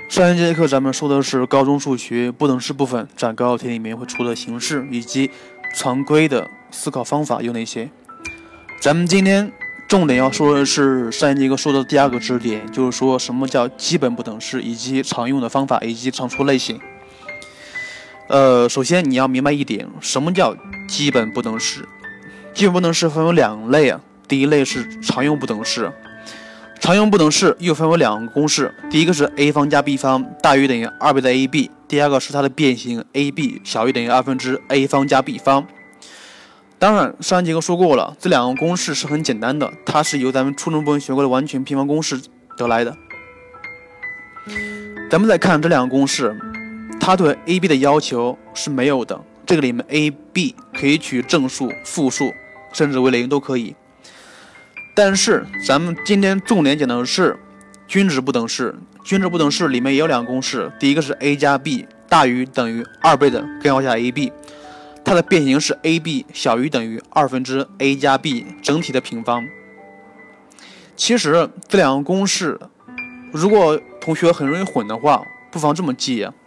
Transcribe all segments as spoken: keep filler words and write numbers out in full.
上一节课咱们说的是高中数学不等式部分展高考题里面会出的形式以及常规的思考方法有哪些。咱们今天重点要说的是上一节课说的第二个知识点，就是说什么叫基本不等式以及常用的方法以及常出类型。呃，首先你要明白一点，什么叫基本不等式？基本不等式分为两类啊，第一类是常用不等式。常用不等式又分为两个公式，第一个是 a 方加 b 方大于等于二倍的 ab， 第二个是它的变形 ab 小于等于二分之 a 方加 b 方。当然上一节课说过了，这两个公式是很简单的，它是由咱们初中部分学过的完全平方公式得来的。咱们再看这两个公式，它对 ab 的要求是没有的，这个里面 ab 可以取正数、负数甚至为零都可以。但是咱们今天重点讲的是均值不等式，均值不等式里面也有两个公式，第一个是 a 加 b 大于等于二倍的根号下 ab， 它的变形是 ab 小于等于二分之 a 加 b 整体的平方。其实这两个公式如果同学很容易混的话，不妨这么记啊，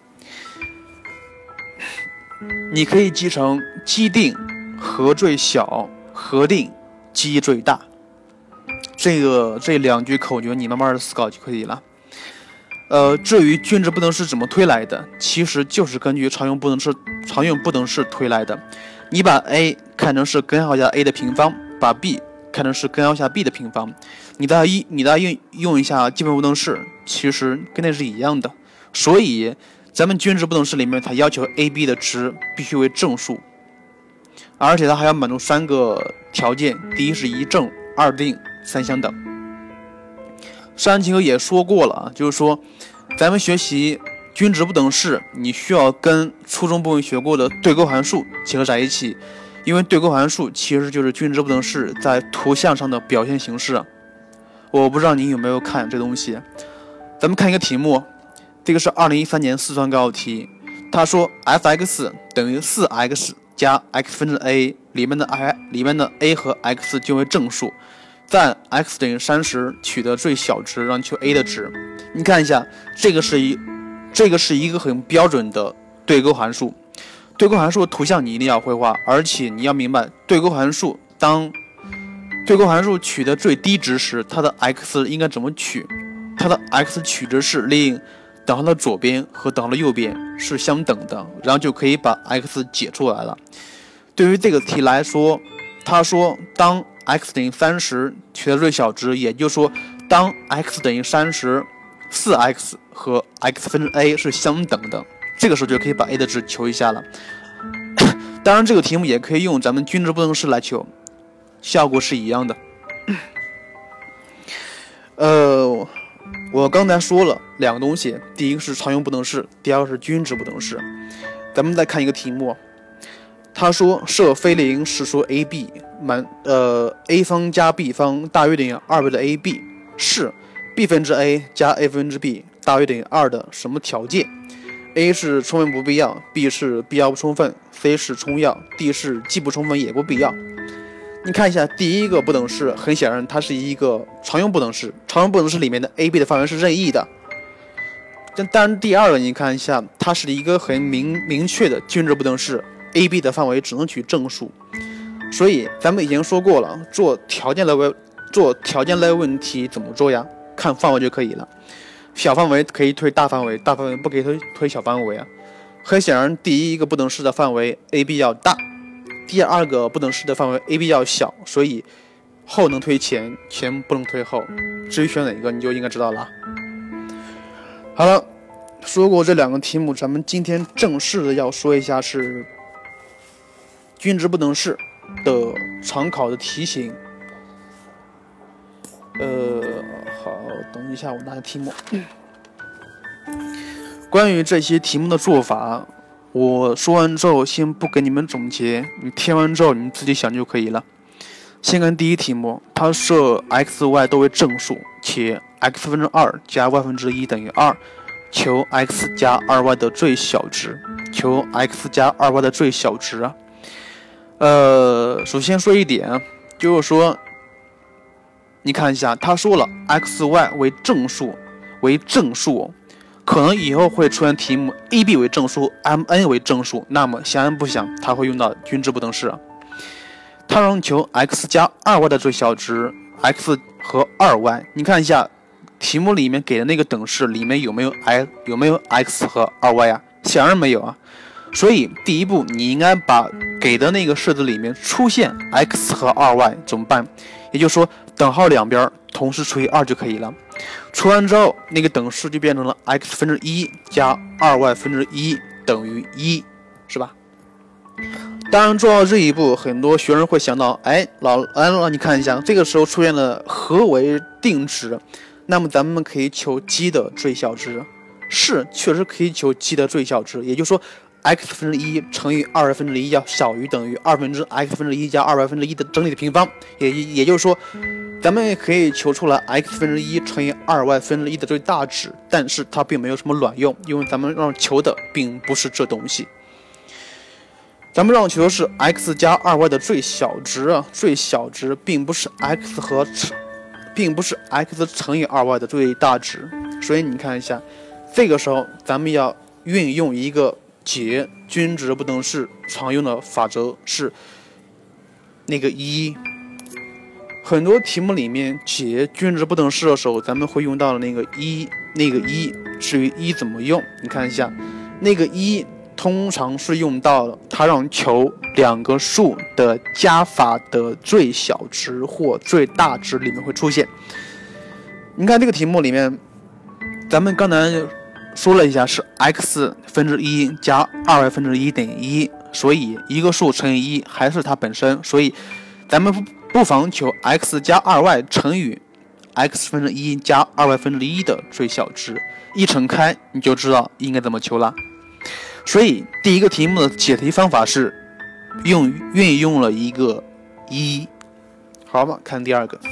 你可以记成基定和最小，和定基最大。这个这两句口诀你慢慢的思考就可以了。呃，至于均值不等式怎么推来的，其实就是根据常用不等式常用不等式推来的。你把 a 看成是根号下 a 的平方，把 b 看成是根号下 b 的平方，你再一你再用用一下基本不等式，其实跟那是一样的。所以咱们均值不等式里面它要求 ab 的值必须为正数，而且它还要满足三个条件，第一是一正，二定，三相等。上一节课也说过了啊，就是说咱们学习均值不等式，你需要跟初中部分学过的对勾函数结合在一起，因为对勾函数其实就是均值不等式在图像上的表现形式。我不知道你有没有看这东西。咱们看一个题目，这个是二零一三年四川高考题，他说 f(x) 等于 四 x 加 x 分之 a， 里面的 i 里面的 a 和 x 均为正数，在 x 等于三十取得最小值，让求 a 的值。你看一下，这个是一这个是一个很标准的对勾函数。对勾函数的图像你一定要会画，而且你要明白，对勾函数当对勾函数取得最低值时，它的 x 应该怎么取？它的 x 取值是令等号的左边和等号的右边是相等的，然后就可以把 x 解出来了。对于这个题来说，他说当 x 等于三十取得最小值，也就是说当 x 等于三十， 四 x 和 x 分之 a 是相等的，这个时候就可以把 a 的值求一下了。当然这个题目也可以用咱们均值不等式来求，效果是一样的。呃，我刚才说了两个东西，第一个是常用不等式，第二个是均值不等式。咱们再看一个题目，他说设非零实数 ab 满呃 a 方加 b 方大于等于二倍的 ab， 是 b 分之 a 加 a 分之 b 大于等于二的什么条件？ a 是充分不必要， b 是必要不充分， c 是充要， d 是既不充分也不必要。你看一下第一个不等式，很显然它是一个常用不等式，常用不等式里面的 ab 的范围是任意的。当然第二个你看一下，它是一个很明明确的均值不等式， ab 的范围只能取正数。所以咱们已经说过了，做条件类问做条件类问题怎么做呀？看范围就可以了，小范围可以推大范围，大范围不可以推推小范围啊。很显然第一个不等式的范围 ab 要大，第二个不等式的范围 ab 要小，所以后能推前，前不能推后。至于选哪个你就应该知道了。好了，说过这两个题目，咱们今天正式的要说一下是均值不等式的常考的题型。呃，好，等一下我拿个题目。关于这些题目的做法，我说完之后先不给你们总结，你听完之后你们自己想就可以了。先看第一题目，它设 x y 都为正数，且 x 分之二加 y 分之一等于二，求 x 加 二 y 的最小值，求 x 加 二 y 的最小值啊。呃，首先说一点，就是说你看一下，他说了 x y 为正数为正数， 可能以后会出现题目 a b 为正数 m n 为正数，那么想不想它会用到均值不等式？它让求 x 加 二 y 的最小值 x 和 二 y， 你看一下题目里面给的那个等式里面有没有 i 有没有 x 和 二 y 啊？显然没有啊。所以第一步你应该把给的那个式子里面出现 x 和 二 y 怎么办？也就是说等号两边同时除以二就可以了。除完之后，那个等式就变成了 x 分之一加 二 y 分之一等于一，是吧？当然做到这一步，很多学生会想到，哎，老哎老你看一下，这个时候出现了何为定值？那么咱们可以求 g 的最小值，是确实可以求 g 的最小值，也就是说 x 分之一乘以二 y 分之一要小于等于二分之 x 分之一加二 y 分之一的整体的平方，也也就是说，咱们也可以求出来 x 分之一乘以二 y 分之一的最大值，但是它并没有什么卵用，因为咱们让求的并不是这东西。咱们让求的是 x 加 二 y 的最小值啊，最小值并不是 x 和并不是 x 乘以 二 y 的最大值，所以你看一下，这个时候咱们要运用一个解均值不等式常用的法则，是那个一。很多题目里面解均值不等式的时候，咱们会用到的那个一，那个一。至于一怎么用，你看一下，那个一通常是用到了它让求两个数的加法的最小值或最大值里面会出现。你看这个题目里面，咱们刚才说了一下是 x 分之一加 二 y 分之一等于一，所以一个数乘以一还是它本身，所以咱们不妨求 x 加 二 y 乘以 x 分之一加 二 y 分之一的最小值，一乘开你就知道应该怎么求了。所以第一个题目的解题方法是用运用了一个一。好吧，看第二个。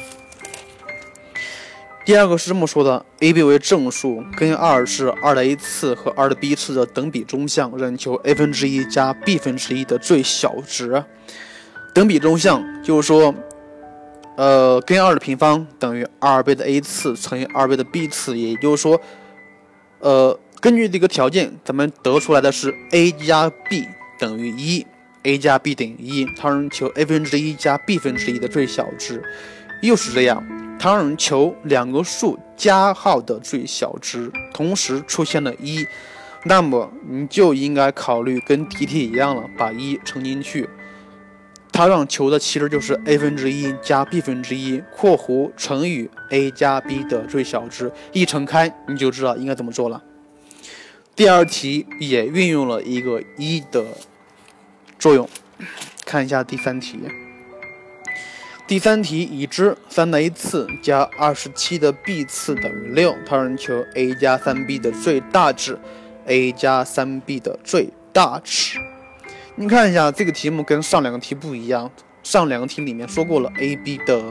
第二个是这么说的 ：a b 为正数，根二是二的 a 次和二的 b 次的等比中项，任求 a 分之一加 b 分之一的最小值。等比中项就是说，呃，根二的平方等于二倍的 a 次乘以二倍的 b 次，也就是说，呃。根据这个条件，咱们得出来的是 a 加 b 等于一 ，a 加 b 等于一，它让人求 a 分之一加 b 分之一的最小值，又是这样，它让人求两个数加号的最小值，同时出现了一，那么你就应该考虑跟题题一样了，把一乘进去。它让求的其实就是 a 分之一加 b 分之一（括弧乘以 a 加 b 的最小值），一乘开你就知道应该怎么做了。第二题也运用了一个一的作用，看一下第三题。第三题已知三的 a 次加二十七的 b 次等于六，它让人求 a 加 三 b 的最大值 ，a 加 三 b 的最大值。你看一下这个题目跟上两个题不一样，上两个题里面说过了 a b 的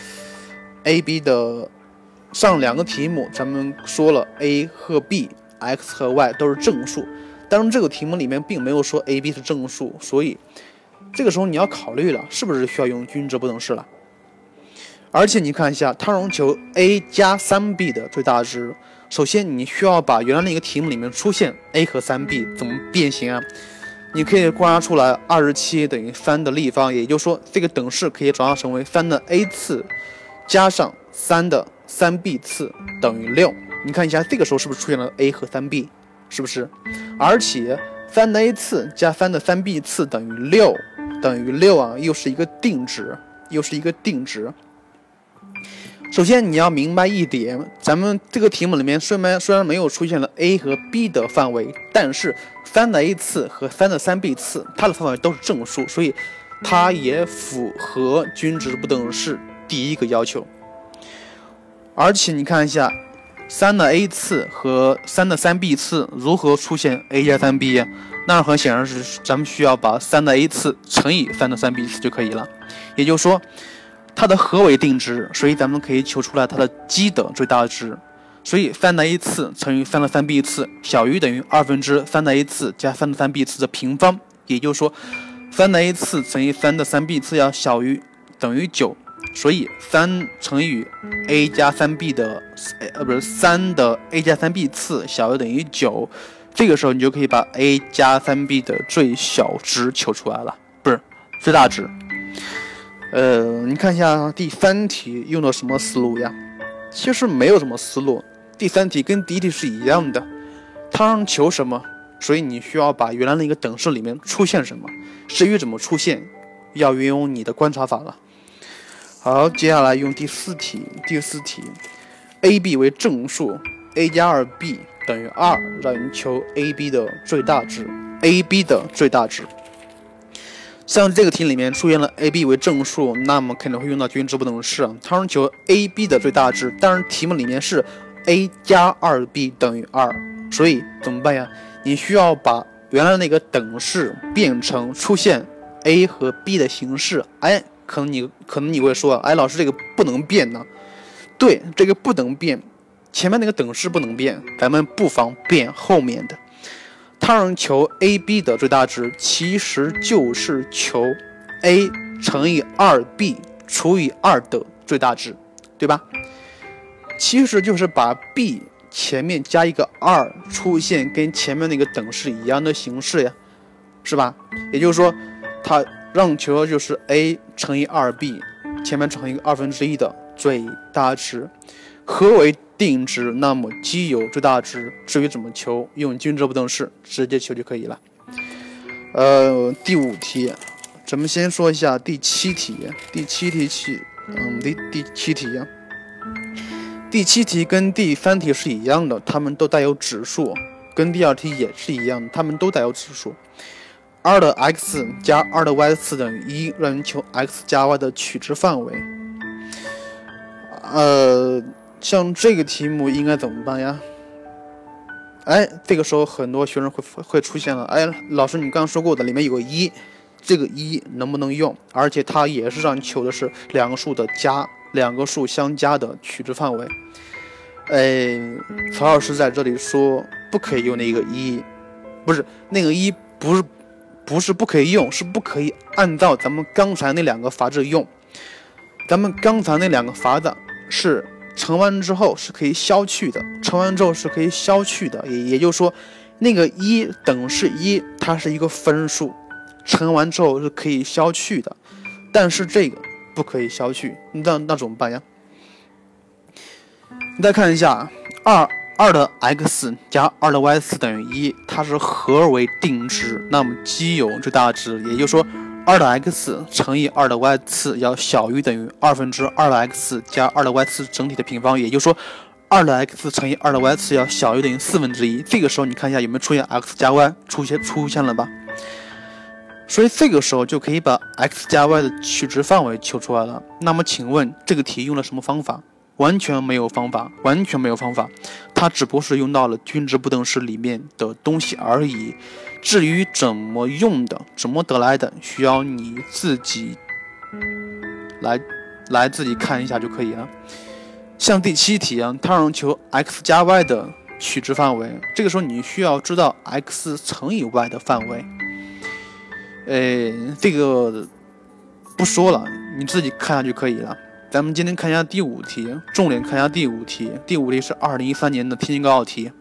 a b 的上两个题目咱们说了 a 和 b。x 和 y 都是正数，当然这个题目里面并没有说 a、b 是正数，所以这个时候你要考虑了，是不是需要用均值不等式了？而且你看一下，它让求 a 加 三 b 的最大值，首先你需要把原来那个题目里面出现 a 和 三 b 怎么变形啊？你可以观察出来二十七等于三的立方，也就是说这个等式可以转化成为三的 a 次加上三的 三 b 次等于六。你看一下，这个时候是不是出现了 a 和 三 b， 是不是？而且三的 a 次加三的 三 b 次等于六，等于六啊，又是一个定值，又是一个定值。首先你要明白一点，咱们这个题目里面虽然虽然没有出现了 a 和 b 的范围，但是三的 a 次和三的 三 b 次它的范围都是正数，所以它也符合均值不等式第一个要求。而且你看一下。三的 a 次和三的 三 b 次如何出现 a 加 三 b 呀？那很显然是咱们需要把三的 a 次乘以三的 三 b 次就可以了。也就是说，它的和为定值，所以咱们可以求出来它的 g 的最大值。所以三的 a 次乘以三的 三 b 次小于等于二分之三的 a 次加三的 三 b 次的平方。也就是说，三的 a 次乘以三的 三 b 次要小于等于九。 所以三乘以 a 加 三 b 的呃不是三的 a 加 三 b 次小于等于九，这个时候你就可以把 a 加 三 b 的最小值求出来了，不是最大值。呃，你看一下第三题用的什么思路呀？其实没有什么思路，第三题跟第一题是一样的，它让求什么，所以你需要把原来那个等式里面出现什么，至于怎么出现，要运用你的观察法了。好，接下来用第四题，第四题 ，a、b 为正数 ，a 加 二 b 等于二，让你求 a、b 的最大值 ，a、b 的最大值。像这个题里面出现了 a、b 为正数，那么肯定会用到均值不等式，它让求 a、b 的最大值，但是题目里面是 a 加 二 b 等于二，所以怎么办呀？你需要把原来那个等式变成出现 a 和 b 的形式。哎，可能你可能你会说，哎，老师这个不能变呢？对，这个不能变，前面那个等式不能变，咱们不妨变后面的。它让求 a、b 的最大值，其实就是求 a 乘以 二 b 除以二的最大值，对吧？其实就是把 b 前面加一个二，出现跟前面那个等式一样的形式呀，是吧？也就是说，它让求就是 a 乘以 二 b 前面乘以二分之一的最大值。何为定值？那么既有最大值，至于怎么求，用均值不等式直接求就可以了。呃，第五题，咱们先说一下第七题。第七题起，嗯，第第七题啊，第七题跟第三题是一样的，它们都带有指数，跟第二题也是一样的，它们都带有指数。二的 x 加二的 y 次等于一，让人求 x 加 y 的取值范围。呃。像这个题目应该怎么办呀？哎，这个时候很多学生会会出现了，哎，老师你刚刚说过的里面有个一，这个一能不能用？而且它也是让你求的是两个数的加，两个数相加的取值范围。哎，曹老师在这里说不可以用那个一，不是那个一，不是不是不可以用，是不可以按照咱们刚才那两个法子用。咱们刚才那两个法子是。乘完之后是可以消去的，乘完之后是可以消去的，也也就是说，那个一等式一，它是一个分数，乘完之后是可以消去的，但是这个不可以消去，那那怎么办呀？你再看一下，二二的 x 加二的 y 次等于一，它是何为定值？那么既有最大值，也就是说。二的 x 乘以二的 y 次要小于等于二分之二的 x 加二的 y 次整体的平方，也就是说，二的 x 乘以二的 y 次要小于等于四分之一。这个时候你看一下有没有出现 x 加 y 出现出现了吧？所以这个时候就可以把 x 加 y 的取值范围求出来了。那么请问这个题用了什么方法？完全没有方法，完全没有方法，它只不过是用到了均值不等式里面的东西而已。至于怎么用的，怎么得来的，需要你自己来来自己看一下就可以了。像第七题啊，它让求 x 加 y 的取值范围，这个时候你需要知道 x 乘以 y 的范围。呃，这个不说了，你自己看下就可以了。咱们今天看一下第五题，重点看一下第五题。第五题是二零一三年的天津高考题。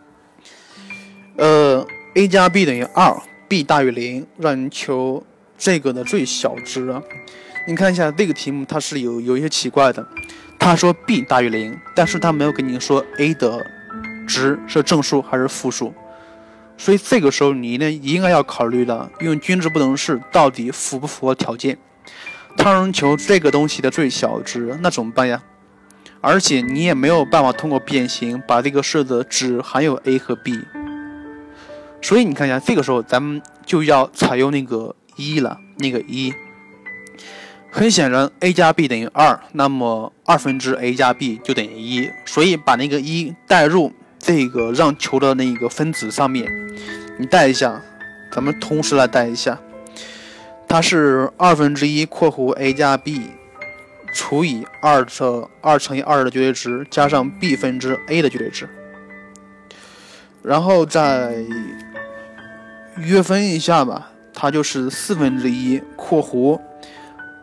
呃 ，a 加 b 等于二 ，b 大于零，让你求这个的最小值。你看一下这个题目，它是有有一些奇怪的。他说 b 大于零，但是他没有跟你说 a 的值是正数还是负数，所以这个时候你呢应该要考虑的，用均值不等式到底符不符合条件。他让求这个东西的最小值，那怎么办呀？而且你也没有办法通过变形把这个式的只含有 a 和 b， 所以你看一下，这个时候咱们就要采用那个一了，那个一。很显然 a 加 b 等于二，那么二分之 a 加 b 就等于一，所以把那个一带入这个让求的那个分子上面，你带一下，咱们同时来带一下。它是二分之一括弧 a 加 b 除以二的二乘以二的绝对值加上 b 分之 a 的绝对值，然后再约分一下吧，它就是四分之一括弧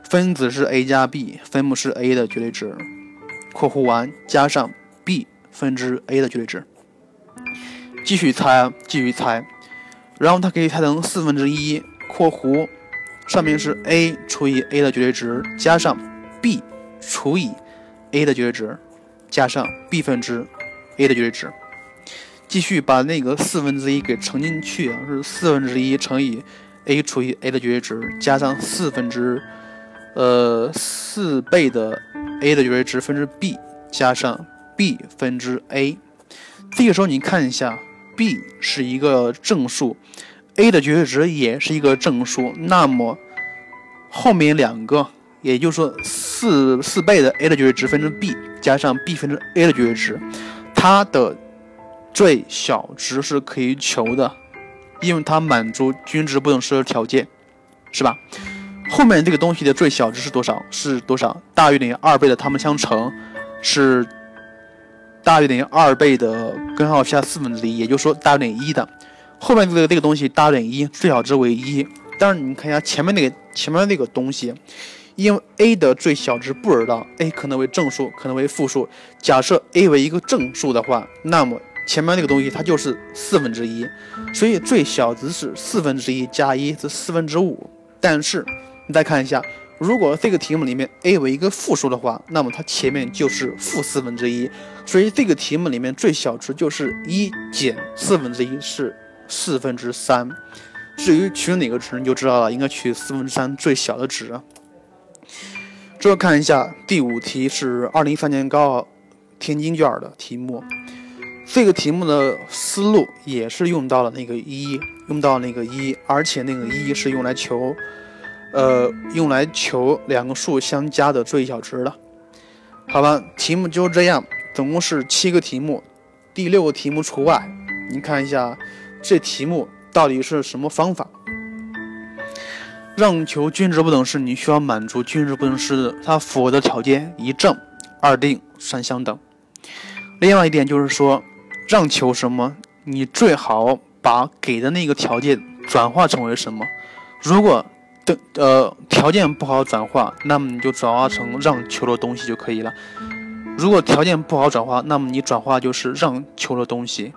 分子是 a 加 b， 分母是 a 的绝对值，括弧完加上 b 分之 a 的绝对值。继续猜啊，继续猜，然后它可以猜成四分之一，括弧上面是 a 除以 a 的绝对值，加上 b 除以 a 的绝对值，加上 b 分之 a 的绝对值。继续把那个四分之一给乘进去啊，是四分之一乘以 a 除以 a 的绝对值，加上四分之呃四倍的 a 的绝对值分之 b， 加上 b 分之 a。这个时候你看一下 ，b 是一个正数 ，a 的绝对值也是一个正数，那么后面两个，也就是说四四倍的 a 的绝对值分之 b， 加上 b 分之 a 的绝对值，它的最小值是可以求的，因为它满足均值不等式的条件，是吧？后面这个东西的最小值是多少？是多少？大于等于二倍的它们相乘是大于等于二倍的根号下四分之一，也就是说大于等于一的。后面这个这个东西大于等于一，最小值为一。但是你看一下前面那个前面那个东西，因为 a 的最小值不知道 ，a 可能为正数，可能为负数。假设 a 为一个正数的话，那么前面那个东西它就是四分之一，所以最小值是四分之一加一是四分之五。但是你再看一下，如果这个题目里面 a 为一个负数的话，那么它前面就是负四分之一，所以这个题目里面最小值就是一减四分之一是四分之三。至于取哪个值你就知道了，应该取四分之三最小的值。最后看一下第五题，是二零一三年高考天津卷的题目。这个题目的思路也是用到了那个一，用到那个一，而且那个一是用来求，呃，用来求两个数相加的最小值的。好吧，题目就这样，总共是七个题目，第六个题目除外。你看一下这题目到底是什么方法？让求均值不等式，你需要满足均值不等式的它符合的条件：一正、二定、三相等。另外一点就是说，让求什么，你最好把给的那个条件转化成为什么。如果的呃条件不好转化，那么你就转化成让求的东西就可以了。如果条件不好转化，那么你转化就是让求的东西。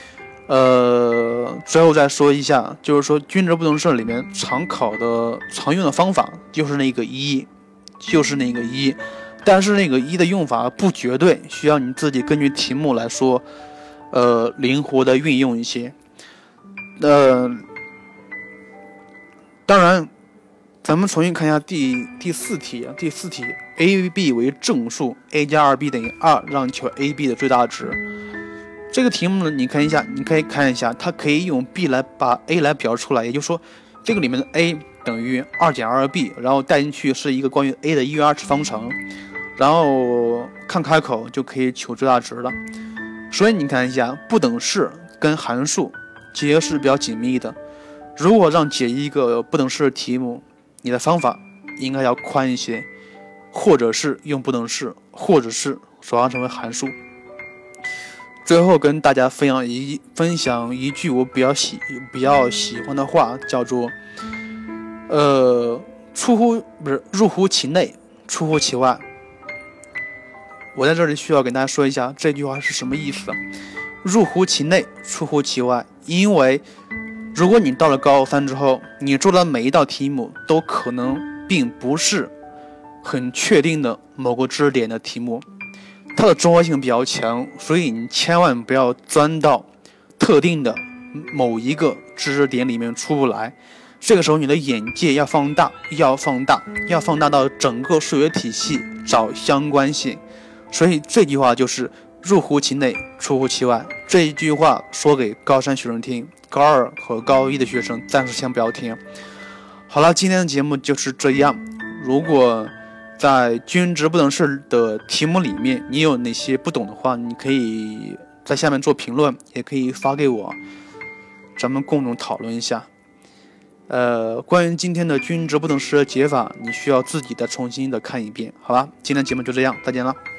呃，最后再说一下，就是说均值不等式里面常考的常用的方法就是那个一，就是那个一，但是那个一的用法不绝对，需要你自己根据题目来说，呃，灵活的运用一些。呃，当然，咱们重新看一下第第四题，第四题 ，a、b 为正数 ，a 加 二 b 等于二，让求 a、b 的最大值。这个题目呢，你看一下，你可以看一下，它可以用 b 来把 a 来表示出来，也就是说，这个里面的 a 等于二减 二 b， 然后带进去是一个关于 a 的一元二次方程，然后看开口就可以求最大值了。所以你看一下，不等式跟函数结合是比较紧密的。如果让解一个不等式的题目，你的方法应该要宽一些，或者是用不等式，或者是转化成为函数。最后跟大家分享一分享一句我比较喜比较喜欢的话，叫做呃出乎不是入乎其内，出乎其外。我在这里需要跟大家说一下这句话是什么意思。入乎其内，出乎其外，因为如果你到了高三之后，你做的每一道题目都可能并不是很确定的某个知识点的题目，它的综合性比较强，所以你千万不要钻到特定的某一个知识点里面出不来。这个时候你的眼界要放大，要放大，要放大到整个数学体系找相关性。所以这句话就是入乎其内，出乎其外。这一句话说给高三学生听，高二和高一的学生暂时先不要听。好了，今天的节目就是这样。如果在均值不等式的题目里面你有哪些不懂的话，你可以在下面做评论，也可以发给我，咱们共同讨论一下。呃，关于今天的均值不等式的解法，你需要自己再重新的看一遍，好吧？今天节目就这样，再见了。